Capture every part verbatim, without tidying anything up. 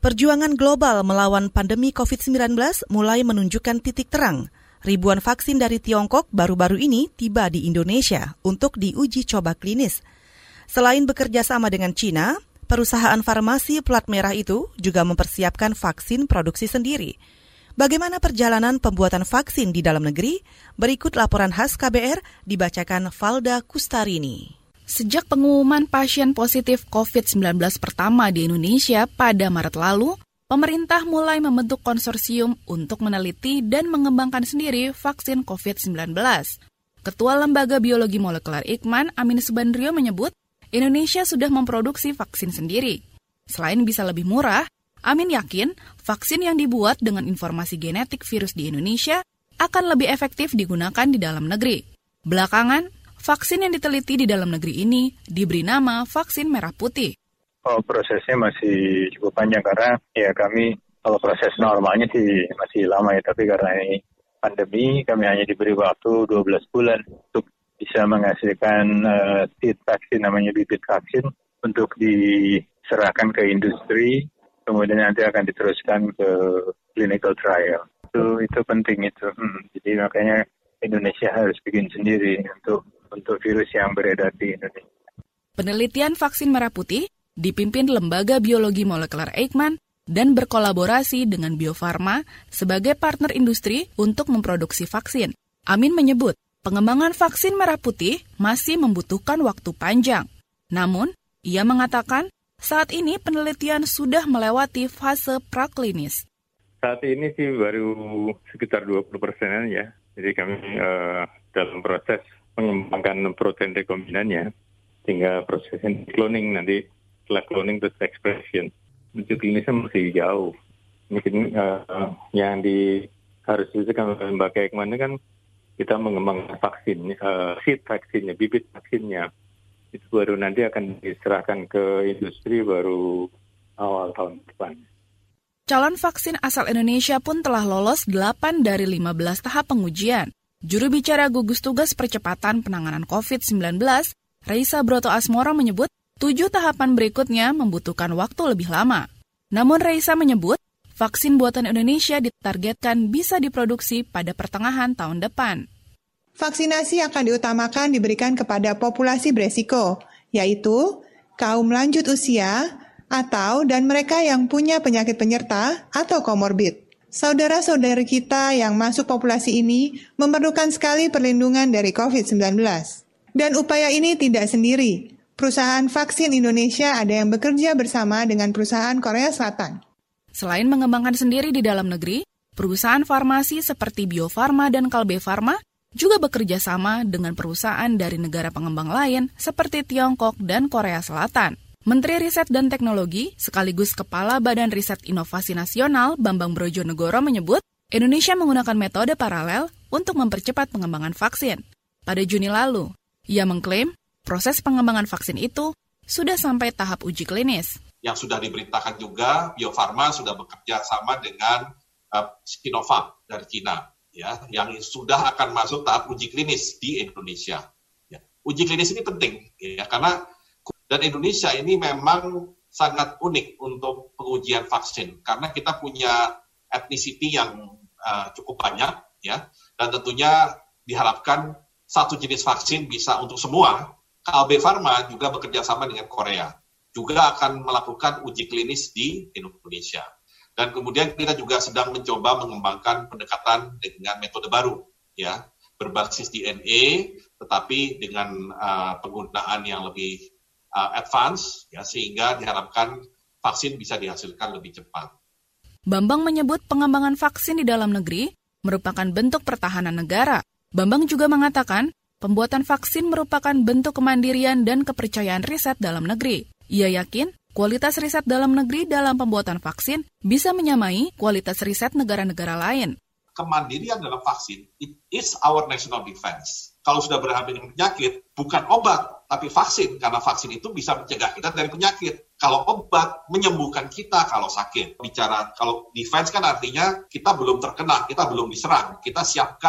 Perjuangan global melawan pandemi covid sembilan belas mulai menunjukkan titik terang. Ribuan vaksin dari Tiongkok baru-baru ini tiba di Indonesia untuk diuji coba klinis. Selain bekerja sama dengan China, perusahaan farmasi plat merah itu juga mempersiapkan vaksin produksi sendiri. Bagaimana perjalanan pembuatan vaksin di dalam negeri? Berikut laporan khas K B R dibacakan Valda Kustarini. Sejak pengumuman pasien positif covid sembilan belas pertama di Indonesia pada Maret lalu, pemerintah mulai membentuk konsorsium untuk meneliti dan mengembangkan sendiri vaksin covid sembilan belas. Ketua Lembaga Biologi Molekuler Eijkman, Amin Subandrio menyebut, Indonesia sudah memproduksi vaksin sendiri. Selain bisa lebih murah, Amin yakin vaksin yang dibuat dengan informasi genetik virus di Indonesia akan lebih efektif digunakan di dalam negeri. Belakangan, vaksin yang diteliti di dalam negeri ini diberi nama vaksin merah putih. Oh, prosesnya masih cukup panjang karena ya kami kalau proses normalnya sih masih lama ya, tapi karena ini pandemi kami hanya diberi waktu dua belas bulan untuk bisa menghasilkan uh, seed vaksin, namanya bibit vaksin, untuk diserahkan ke industri, kemudian nanti akan diteruskan ke clinical trial. Itu itu penting itu. Hmm, jadi makanya Indonesia harus bikin sendiri untuk untuk virus yang beredar di Indonesia. Penelitian vaksin merah putih dipimpin Lembaga Biologi Molekuler Eijkman dan berkolaborasi dengan Bio Farma sebagai partner industri untuk memproduksi vaksin. Amin menyebut, pengembangan vaksin merah putih masih membutuhkan waktu panjang. Namun, ia mengatakan saat ini penelitian sudah melewati fase praklinis. Saat ini sih baru sekitar dua puluh persenan ya. Jadi kami uh, dalam proses mengembangkan protein rekombinannya, sehingga prosesnya cloning nanti setelah cloning terus expression. Uji klinisnya masih jauh. Mungkin uh, yang di harus dilakukan oleh Lembaga Eijkman kan kita mengembangkan vaksin, uh, seed vaksinnya, bibit vaksinnya. Itu baru nanti akan diserahkan ke industri baru awal tahun depan. Calon vaksin asal Indonesia pun telah lolos delapan dari lima belas tahap pengujian. Juru bicara gugus tugas percepatan penanganan covid sembilan belas, Reisa Broto Asmoro menyebut tujuh tahapan berikutnya membutuhkan waktu lebih lama. Namun Reisa menyebut vaksin buatan Indonesia ditargetkan bisa diproduksi pada pertengahan tahun depan. Vaksinasi akan diutamakan diberikan kepada populasi beresiko, yaitu kaum lanjut usia atau dan mereka yang punya penyakit penyerta atau komorbid. Saudara-saudari kita yang masuk populasi ini memerlukan sekali perlindungan dari covid sembilan belas. Dan upaya ini tidak sendiri. Perusahaan vaksin Indonesia ada yang bekerja bersama dengan perusahaan Korea Selatan. Selain mengembangkan sendiri di dalam negeri, perusahaan farmasi seperti Bio Farma dan Kalbe Farma juga bekerja sama dengan perusahaan dari negara pengembang lain seperti Tiongkok dan Korea Selatan. Menteri Riset dan Teknologi sekaligus Kepala Badan Riset Inovasi Nasional Bambang Brojonegoro menyebut Indonesia menggunakan metode paralel untuk mempercepat pengembangan vaksin. Pada Juni lalu, ia mengklaim proses pengembangan vaksin itu sudah sampai tahap uji klinis. Yang sudah diberitakan juga, Bio Farma sudah bekerja sama dengan uh, Sinovac dari Cina, ya, yang sudah akan masuk tahap uji klinis di Indonesia. Ya. Uji klinis ini penting, ya, karena dan Indonesia ini memang sangat unik untuk pengujian vaksin karena kita punya etnisiti yang uh, cukup banyak, ya, dan tentunya diharapkan satu jenis vaksin bisa untuk semua. Kalbe Farma juga bekerja sama dengan Korea, juga akan melakukan uji klinis di Indonesia. Dan kemudian kita juga sedang mencoba mengembangkan pendekatan dengan metode baru, ya, berbasis D N A, tetapi dengan uh, penggunaan yang lebih Uh, advance, ya, sehingga diharapkan vaksin bisa dihasilkan lebih cepat. Bambang menyebut pengembangan vaksin di dalam negeri merupakan bentuk pertahanan negara. Bambang juga mengatakan pembuatan vaksin merupakan bentuk kemandirian dan kepercayaan riset dalam negeri. Ia yakin kualitas riset dalam negeri dalam pembuatan vaksin bisa menyamai kualitas riset negara-negara lain. Kemandirian dalam vaksin, it is our national defense. Kalau sudah berhadapan dengan penyakit, bukan obat, tapi vaksin. Karena vaksin itu bisa mencegah kita dari penyakit. Kalau obat, menyembuhkan kita kalau sakit. Bicara, kalau defense kan artinya kita belum terkena, kita belum diserang. Kita siapkan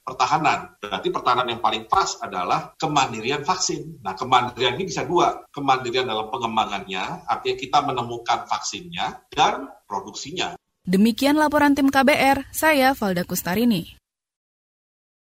pertahanan. Berarti pertahanan yang paling pas adalah kemandirian vaksin. Nah, kemandirian ini bisa dua. Kemandirian dalam pengembangannya, artinya kita menemukan vaksinnya dan produksinya. Demikian laporan tim K B R, saya Valda Kustarini.